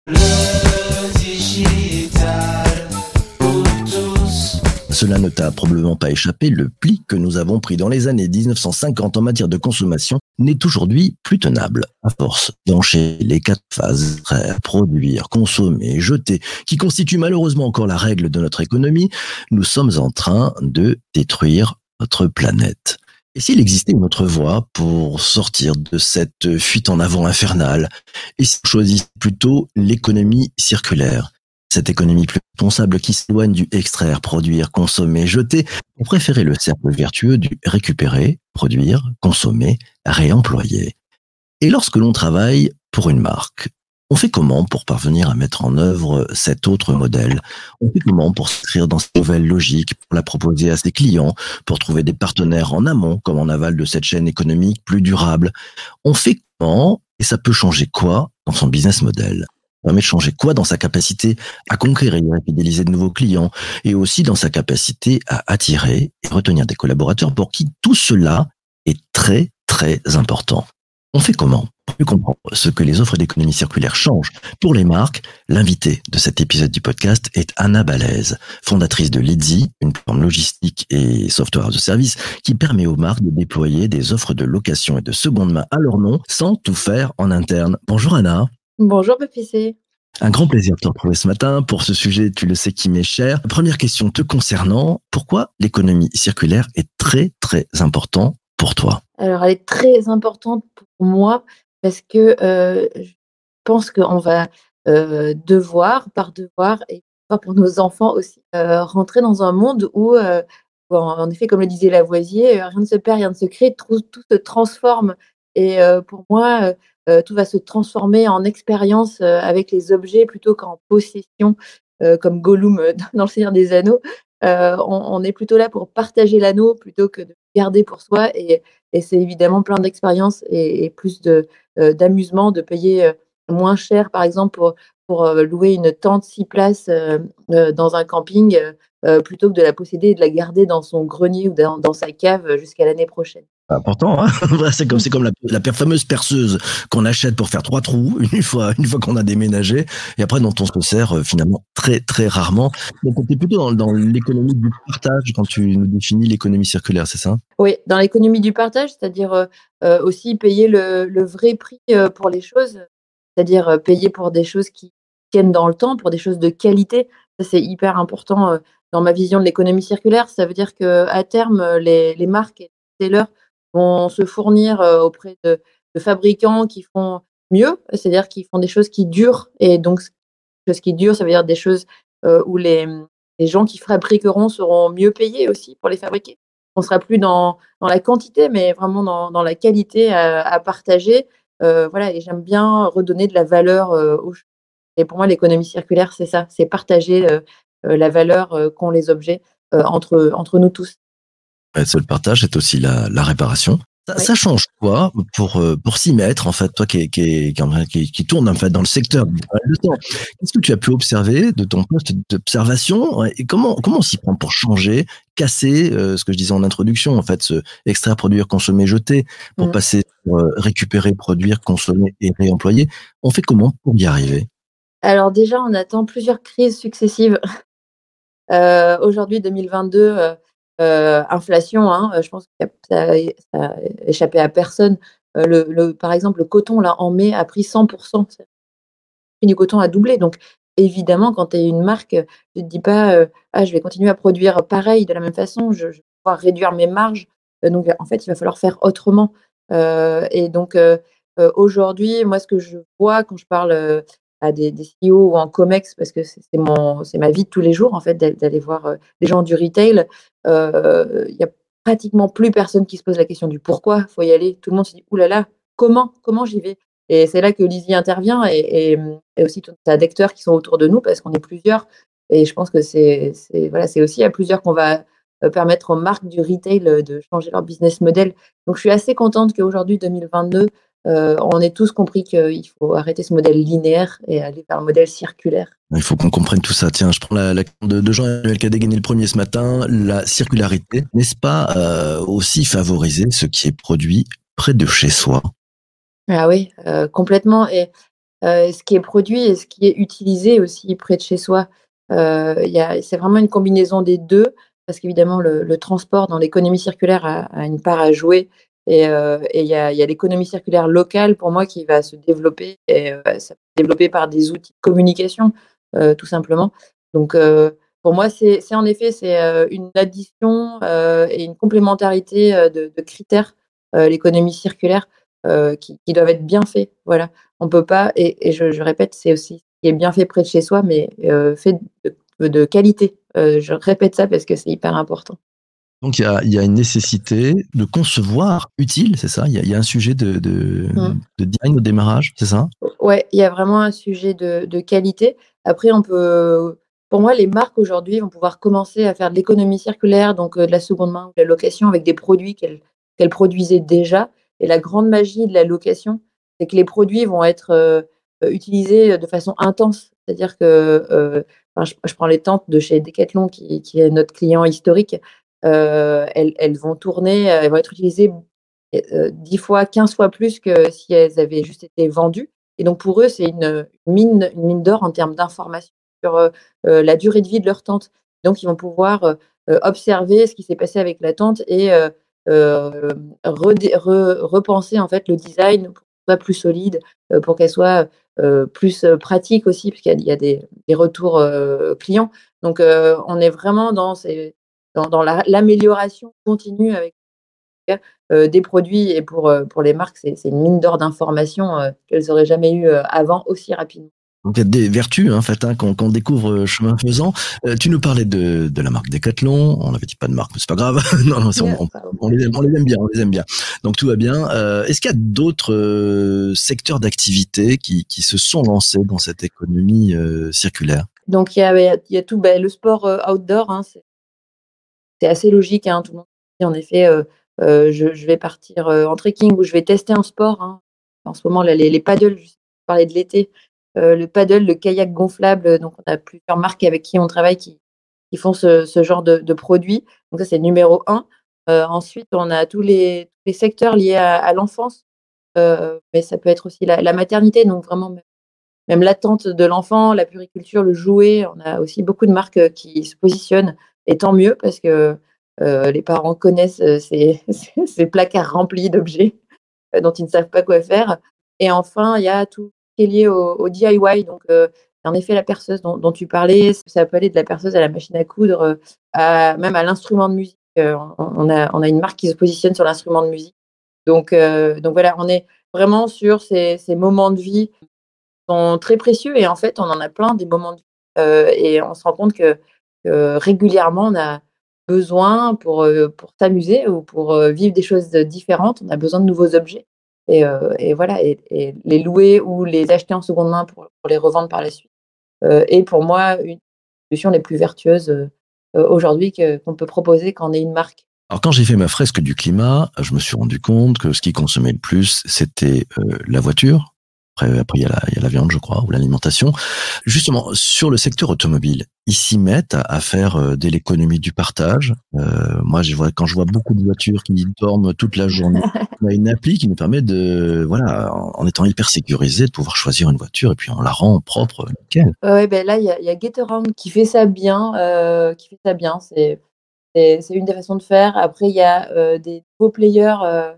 Le digital pour tous. Cela ne t'a probablement pas échappé, le pli que nous avons pris dans les années 1950 en matière de consommation n'est aujourd'hui plus tenable. À force d'enchaîner les 4 phases, extraire, produire, consommer, jeter, qui constituent malheureusement encore la règle de notre économie, nous sommes en train de détruire notre planète. Et s'il existait une autre voie pour sortir de cette fuite en avant infernale, et si on choisissait plutôt l'économie circulaire, cette économie plus responsable qui s'éloigne du extraire, produire, consommer, jeter, pour préférer le cercle vertueux du récupérer, produire, consommer, réemployer. Et lorsque l'on travaille pour une marque, on fait comment pour parvenir à mettre en œuvre cet autre modèle? On fait comment pour s'inscrire dans cette nouvelle logique, pour la proposer à ses clients, pour trouver des partenaires en amont, comme en aval de cette chaîne économique plus durable? On fait comment et ça peut changer quoi dans son business model? Ça permet de changer quoi dans sa capacité à conquérir et à fidéliser de nouveaux clients et aussi dans sa capacité à attirer et retenir des collaborateurs pour qui tout cela est très, très important. On fait comment? Pour mieux comprendre ce que les offres d'économie circulaire changent pour les marques, l'invitée de cet épisode du podcast est Anna Balaise, fondatrice de Leadzy, une plateforme logistique et software as a service qui permet aux marques de déployer des offres de location et de seconde main à leur nom sans tout faire en interne. Bonjour Anna. Bonjour PPC. Un grand plaisir de te retrouver ce matin pour ce sujet, tu le sais, qui m'est cher. Première question te concernant, pourquoi l'économie circulaire est très très important pour toi? Alors, elle est très importante pour moi parce que je pense qu'on va par devoir, et pour nos enfants aussi, rentrer dans un monde où, en effet, comme le disait Lavoisier, rien ne se perd, rien ne se crée, tout se transforme. Et pour moi, tout va se transformer en expérience avec les objets plutôt qu'en possession, comme Gollum dans Le Seigneur des Anneaux. On est plutôt là pour partager l'anneau plutôt que de le garder pour soi. Et c'est évidemment plein d'expériences et plus d'amusement de payer moins cher, par exemple, pour louer une tente 6 places dans un camping, plutôt que de la posséder et de la garder dans son grenier ou dans sa cave jusqu'à l'année prochaine. Important, hein. C'est comme la fameuse perceuse qu'on achète pour faire 3 trous une fois qu'on a déménagé et après dont on se sert finalement très très rarement. Donc on est plutôt dans l'économie du partage quand tu nous définis l'économie circulaire, c'est ça? Oui, dans l'économie du partage, c'est-à-dire aussi payer le vrai prix pour les choses, c'est-à-dire payer pour des choses qui tiennent dans le temps, pour des choses de qualité. Ça, c'est hyper important dans ma vision de l'économie circulaire. Ça veut dire qu'à terme, les marques et les sellers vont se fournir auprès de fabricants qui font mieux, c'est-à-dire qui font des choses qui durent. Et donc, des choses qui durent, ça veut dire des choses où les gens qui fabriqueront seront mieux payés aussi pour les fabriquer. On sera plus dans la quantité, mais vraiment dans la qualité à partager. Voilà, et j'aime bien redonner de la valeur aux choses. Et pour moi, l'économie circulaire, c'est ça, c'est partager la valeur qu'ont les objets entre nous tous. Ouais, c'est le partage, c'est aussi la réparation. Oui. Ça change quoi pour s'y mettre, en fait, toi qui tourne en fait dans le secteur depuis pas mal de temps? Qu'est-ce que tu as pu observer de ton poste d'observation? Ouais, et comment on s'y prend pour changer, casser ce que je disais en introduction, en fait, ce extraire, produire, consommer, jeter, pour Mmh. passer sur récupérer, produire, consommer et réemployer? On fait comment pour y arriver? Alors déjà, on attend plusieurs crises successives. Aujourd'hui 2022, inflation, hein, je pense que ça a échappé à personne. Par exemple, le coton là, en mai a pris 100. Le prix du coton a doublé. Donc évidemment, quand tu es une marque, tu te dis pas, «Ah, je vais continuer à produire pareil, de la même façon, je vais pouvoir réduire mes marges». Donc en fait, il va falloir faire autrement. Et donc aujourd'hui, moi, ce que je vois quand je parle à des CEO ou en COMEX, parce que c'est ma vie de tous les jours, en fait, d'aller voir des gens du retail, il y a pratiquement plus personne qui se pose la question du pourquoi faut y aller. Tout le monde se dit: «Ouh là là, comment j'y vais?» Et c'est là que Lizzie intervient, et aussi tout un tas d'acteurs qui sont autour de nous parce qu'on est plusieurs. Et je pense que voilà, c'est aussi à plusieurs qu'on va permettre aux marques du retail de changer leur business model. Donc je suis assez contente qu'aujourd'hui, 2022, on ait tous compris qu'il faut arrêter ce modèle linéaire et aller vers un modèle circulaire. Il faut qu'on comprenne tout ça. Tiens, je prends la question de Jean-Emmanuel qui a dégainé le premier ce matin. La circularité, n'est-ce pas aussi favoriser ce qui est produit près de chez soi? Ah oui, complètement. Et ce qui est produit et ce qui est utilisé aussi près de chez soi. C'est vraiment une combinaison des 2 parce qu'évidemment le transport dans l'économie circulaire a une part à jouer et il y a l'économie circulaire locale pour moi qui va se développer et ça peut se développer par des outils de communication, tout simplement. Donc pour moi, c'est en effet, une addition, et une complémentarité, de critères, l'économie circulaire, qui doivent être bien faits. Voilà. On peut pas et je répète, c'est aussi ce qui est bien fait près de chez soi, mais fait de qualité. Je répète ça parce que c'est hyper important. Donc il y a une nécessité de concevoir utile, c'est ça? Il y a un sujet Mmh. de design au démarrage, c'est ça? Ouais, il y a vraiment un sujet de qualité. Après pour moi, les marques aujourd'hui vont pouvoir commencer à faire de l'économie circulaire, donc de la seconde main ou de la location avec des produits qu'elles produisaient déjà et la grande magie de la location, c'est que les produits vont être, utilisés de façon intense. C'est-à-dire que, enfin, je prends les tentes de chez Decathlon qui est notre client historique, elles vont tourner, elles vont être utilisées 10 fois, 15 fois plus que si elles avaient juste été vendues et donc pour eux, c'est une mine d'or en termes d'informations sur, la durée de vie de leur tente. Donc ils vont pouvoir, observer ce qui s'est passé avec la tente et repenser en fait le design pour qu'elle soit plus solide, pour qu'elle soit, plus, pratique aussi puisqu'il y a des retours, clients. Donc on est vraiment dans l'amélioration continue avec des produits et pour les marques, c'est une mine d'or d'informations, qu'elles n'auraient jamais eues, avant aussi rapidement. Donc il y a des vertus, hein, en fait, hein, qu'on découvre chemin faisant. Tu nous parlais de la marque Decathlon. On n'avait dit pas de marque, mais c'est pas grave. Non, non, Pardon. on les aime bien, on les aime bien. Donc tout va bien. Est-ce qu'il y a d'autres secteurs d'activité qui se sont lancés dans cette économie circulaire? Donc il y a tout, le sport, outdoor, hein, c'est assez logique, hein. Tout le monde dit en effet, je vais partir, en trekking ou je vais tester un sport, hein. En ce moment là, les paddles, je parlais de l'été, le paddle, le kayak gonflable, donc on a plusieurs marques avec qui on travaille qui font ce genre de produits. Donc ça, c'est numéro un. Ensuite, on a tous les secteurs liés à l'enfance, mais ça peut être aussi la maternité, donc vraiment même l'attente de l'enfant, la puriculture, le jouet. On a aussi beaucoup de marques, qui se positionnent et tant mieux parce que, les parents connaissent, ces placards remplis d'objets, dont ils ne savent pas quoi faire et enfin, il y a tout ce qui est lié au DIY donc en effet, la perceuse dont tu parlais, ça peut aller de la perceuse à la machine à coudre, même à l'instrument de musique, on a une marque qui se positionne sur l'instrument de musique donc voilà, on est vraiment sur ces moments de vie sont très précieux et en fait, on en a plein des moments de vie, et on se rend compte que régulièrement, on a besoin pour s'amuser ou pour, vivre des choses, différentes, on a besoin de nouveaux objets et voilà et les louer ou les acheter en seconde main pour les revendre par la suite, est pour moi une des solutions les plus vertueuses, aujourd'hui qu'on peut proposer quand on est une marque. Alors quand j'ai fait ma fresque du climat, je me suis rendu compte que ce qui consommait le plus, c'était la voiture. Après il y a la viande, je crois, ou l'alimentation. Justement, sur le secteur automobile, ils s'y mettent à faire de l'économie du partage. Moi, quand je vois beaucoup de voitures qui dorment toute la journée, on a une appli qui nous permet de, voilà, en étant hyper sécurisé, de pouvoir choisir une voiture et puis on la rend propre, nickel. Ouais, beh, là, il y a Getaround qui fait ça bien, qui fait ça bien. C'est une des façons de faire. Après, il y a, des nouveaux players,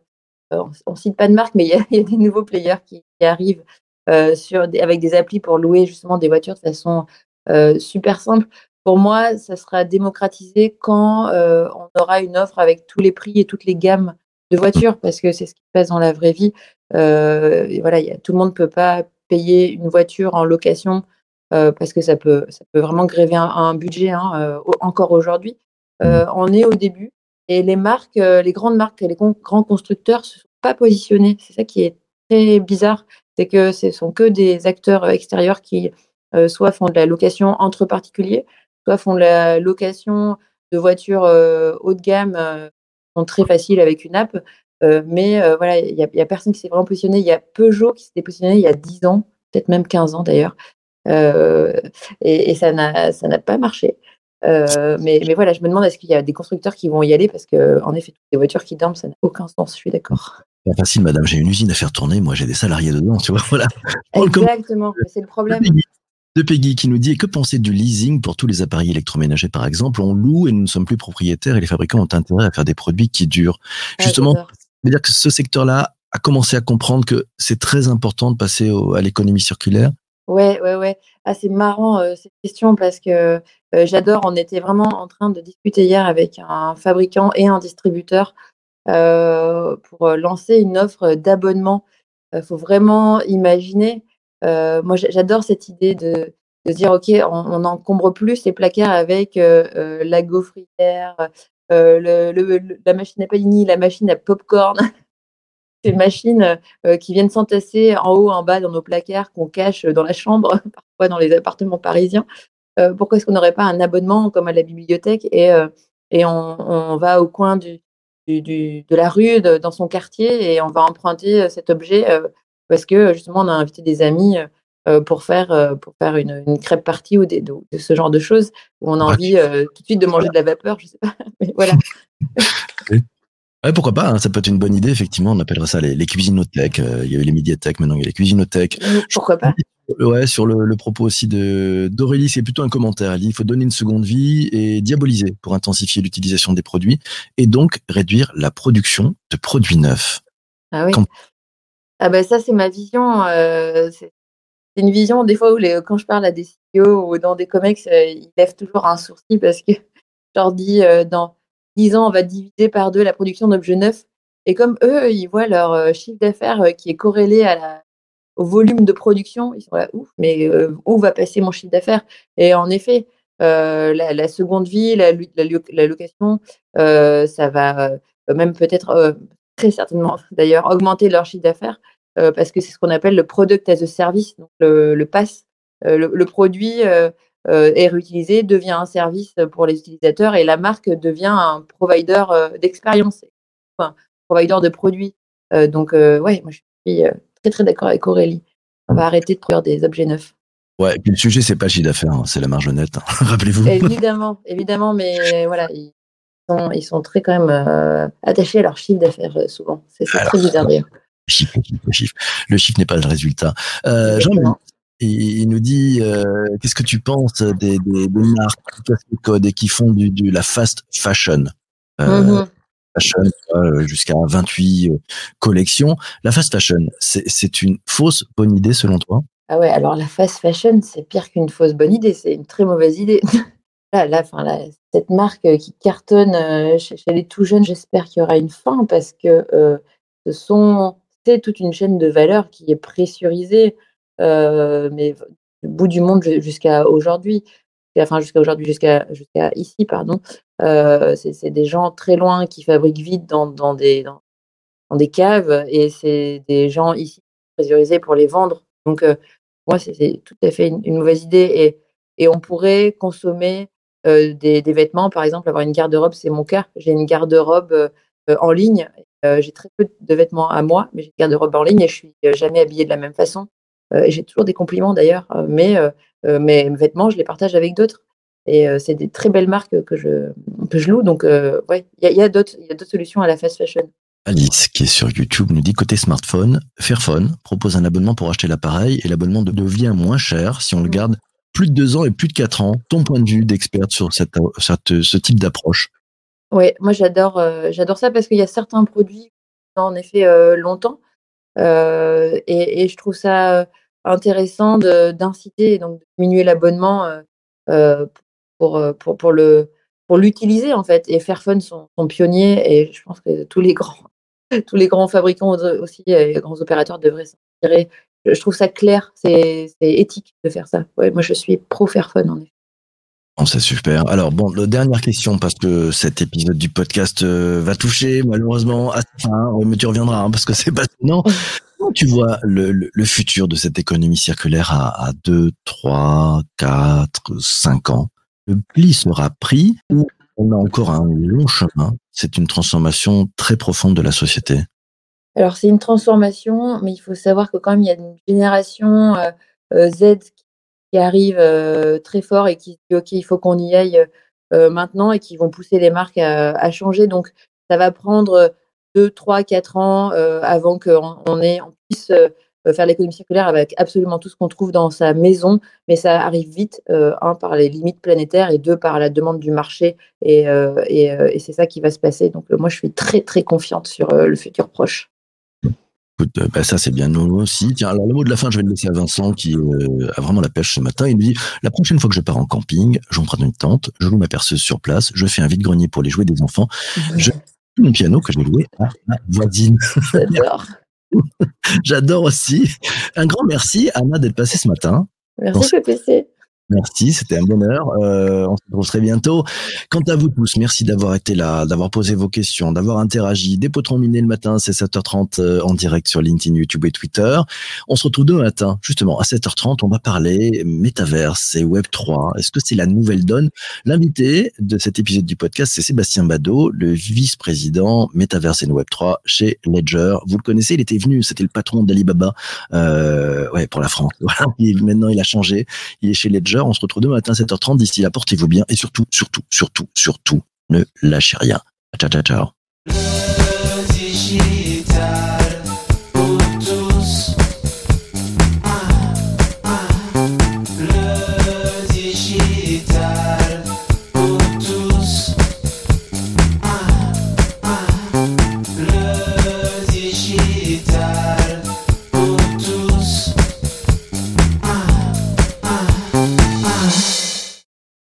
on cite pas de marque, mais il y a des nouveaux players qui arrivent, avec des applis pour louer justement des voitures de façon, super simple. Pour moi, ça sera démocratisé quand, on aura une offre avec tous les prix et toutes les gammes de voitures parce que c'est ce qui se passe dans la vraie vie. Et voilà, tout le monde ne peut pas payer une voiture en location, parce que ça peut vraiment gréver un budget, hein, encore aujourd'hui. On est au début et les marques, les grandes marques et les grands constructeurs se sont pas positionnés. C'est ça qui est très bizarre, c'est que ce sont que des acteurs, extérieurs qui, soit font de la location entre particuliers, soit font de la location de voitures, haut de gamme, sont très faciles avec une app, mais voilà, il y a personne qui s'est vraiment positionné. Il y a Peugeot qui s'était positionné il y a 10 ans, peut-être même 15 ans d'ailleurs, heu et ça n'a pas marché. Mais voilà, je me demande est-ce qu'il y a des constructeurs qui vont y aller parce qu'en effet, toutes les voitures qui dorment, ça n'a aucun sens, je suis d'accord. Pas facile, madame, j'ai une usine à faire tourner, moi j'ai des salariés dedans, tu vois, voilà. On le commentaire Exactement, mais c'est le de problème. Peggy, de Peggy qui nous dit: que penser du leasing pour tous les appareils électroménagers, par exemple? On loue et nous ne sommes plus propriétaires et les fabricants ont intérêt à faire des produits qui durent. Ah, Justement, j'adore. ça veut dire que ce secteur-là a commencé à comprendre que c'est très important de passer à l'économie circulaire. Ouais, ouais, ouais. Ah, c'est marrant, cette question parce que, j'adore. On était vraiment en train de discuter hier avec un fabricant et un distributeur, pour, lancer une offre d'abonnement. Faut vraiment imaginer, moi j'adore cette idée de dire: «OK, on n'encombre plus ces placards avec, la gaufrière, la machine à panini, la machine à popcorn». Ces machines, qui viennent s'entasser en haut, en bas dans nos placards qu'on cache, dans la chambre, parfois dans les appartements parisiens. Pourquoi est-ce qu'on n'aurait pas un abonnement comme à la bibliothèque et on va au coin de la rue, dans son quartier et on va emprunter, cet objet, parce que, justement, on a invité des amis, pour faire une crêpe party ou de ce genre de choses où on a envie, tout de suite de manger de la vapeur, je sais pas, mais voilà. Ouais, pourquoi pas, hein, ça peut être une bonne idée, effectivement. On appellerait ça les cuisinothèques. Il y avait les médiathèques, maintenant il y a les cuisinothèques. Je Pourquoi pas? Ouais, sur le propos aussi d'Aurélie, c'est plutôt un commentaire. Elle dit: il faut donner une seconde vie et diaboliser pour intensifier l'utilisation des produits et donc réduire la production de produits neufs. Ah oui. Quand- Ah bah, ça, c'est ma vision, c'est une vision des fois où quand je parle à des CEO ou dans des comex, ils lèvent toujours un sourcil parce que je leur dis, «Dans 10 ans, on va diviser par 2 la production d'objets neufs» et comme eux, ils voient leur, chiffre d'affaires, qui est corrélé au volume de production, ils sont là: «Ouf, mais où va passer mon chiffre d'affaires?» Et en effet, la seconde vie, la location, ça va, même peut-être, très certainement d'ailleurs, augmenter leur chiffre d'affaires, parce que c'est ce qu'on appelle le product as a service, donc le PaaS. Le produit, est réutilisé, devient un service, pour les utilisateurs et la marque devient un provider, d'expérience, enfin, provider de produits. Donc ouais, moi je suis, très, très d'accord avec Aurélie. On va arrêter de produire des objets neufs. Ouais, et puis le sujet, c'est pas le chiffre d'affaires, hein, c'est la marge nette, hein, rappelez-vous. Évidemment, évidemment, mais voilà, ils sont très quand même, attachés à leur chiffre d'affaires, souvent. C'est Alors, très bizarre d'ailleurs. le chiffre, le chiffre, le chiffre. Le chiffre n'est pas le résultat. Jean-Louis, Exactement. il nous dit: qu'est-ce que tu penses des marques qui cassent les codes et qui font la fast fashion? Euh, Mmh. fashion, jusqu'à 28 collections. La fast fashion, c'est une fausse bonne idée selon toi? Ah ouais, alors la fast fashion, c'est pire qu'une fausse bonne idée, c'est une très mauvaise idée. Enfin, cette marque, qui cartonne, chez les tout jeunes, j'espère qu'il y aura une fin parce que, c'est toute une chaîne de valeur qui est pressurisée, mais du bout du monde jusqu'à aujourd'hui. Enfin jusqu'à aujourd'hui, jusqu'à ici, pardon. C'est des gens très loin qui fabriquent vite dans des caves et c'est des gens ici pressurisés pour les vendre. Donc pour moi, c'est tout à fait une mauvaise idée et on pourrait consommer, des vêtements, par exemple, avoir une garde-robe, c'est mon cas. J'ai une garde-robe, en ligne, j'ai très peu de vêtements à moi, mais j'ai une garde-robe en ligne et je suis, jamais habillée de la même façon, et j'ai toujours des compliments d'ailleurs, mes vêtements, je les partage avec d'autres et c'est des très belles marques que je loue donc ouais, il y a d'autres solutions à la fast fashion. Alice, qui est sur YouTube, nous dit: côté smartphone, Fairphone propose un abonnement pour acheter l'appareil et l'abonnement devient moins cher si on le Mmh. garde plus de 2 ans et plus de 4 ans. Ton point de vue d'experte sur ce type d'approche? Ouais, moi j'adore ça parce qu'il y a certains produits qui sont en effet, longtemps, et je trouve ça, intéressant d'inciter et donc de diminuer l'abonnement, heu, pour l'utiliser en fait et Fairphone sont pionniers et je pense que tous les grands fabricants aussi et grands opérateurs devraient s'inspirer. Je trouve ça clair, c'est éthique de faire ça. Ouais, moi je suis pro Fairphone en effet. Bon, c'est super. Alors bon, la dernière question, parce que cet épisode du podcast va toucher malheureusement à sa fin. Ouais, mais tu reviendras, hein, parce que c'est passionnant. Comment tu vois le futur de cette économie circulaire à 2, 3, 4, 5 ans? Le pli sera pris ou on a encore un long chemin? C'est une transformation très profonde de la société. Alors c'est une transformation, mais il faut savoir que quand même il y a une génération, Z qui arrive, très fort et qui se dit: «OK, il faut qu'on y aille, maintenant» et qui vont pousser les marques à changer donc ça va prendre, 2, 3, 4 ans avant on puisse faire l'économie circulaire avec absolument tout ce qu'on trouve dans sa maison, mais ça arrive vite, par les limites planétaires et 2, par la demande du marché et c'est ça qui va se passer. Donc moi, je suis très, très confiante sur le futur proche. Écoute, ça c'est bien nous aussi. Tiens, alors le mot de la fin, je vais le laisser à Vincent qui a vraiment la pêche ce matin. Il me dit, la prochaine fois que je pars en camping, j'emprunte une tente, je loue ma perceuse sur place, je fais un vide-grenier pour les jouets des enfants, je mon piano que j'ai loué à ma voisine. J'adore. J'adore aussi. Un grand merci, Anna, d'être passée ce matin. Merci, PPC. Merci, c'était un bonheur. On se retrouve très bientôt. Quant à vous tous, merci d'avoir été là, d'avoir posé vos questions, d'avoir interagi. Des potrons minés le matin, c'est 7h30 en direct sur LinkedIn, YouTube et Twitter. On se retrouve demain matin, justement, à 7h30. On va parler métaverse et Web3. Est-ce que c'est la nouvelle donne? L'invité de cet épisode du podcast, c'est Sébastien Badeau, le vice-président métaverse et Web3 chez Ledger. Vous le connaissez, il était venu, c'était le patron d'Alibaba, pour la France. Voilà. Maintenant, il a changé. Il est chez Ledger. On se retrouve demain matin 7h30. D'ici là, portez-vous bien et surtout, ne lâchez rien. Ciao, ciao, ciao.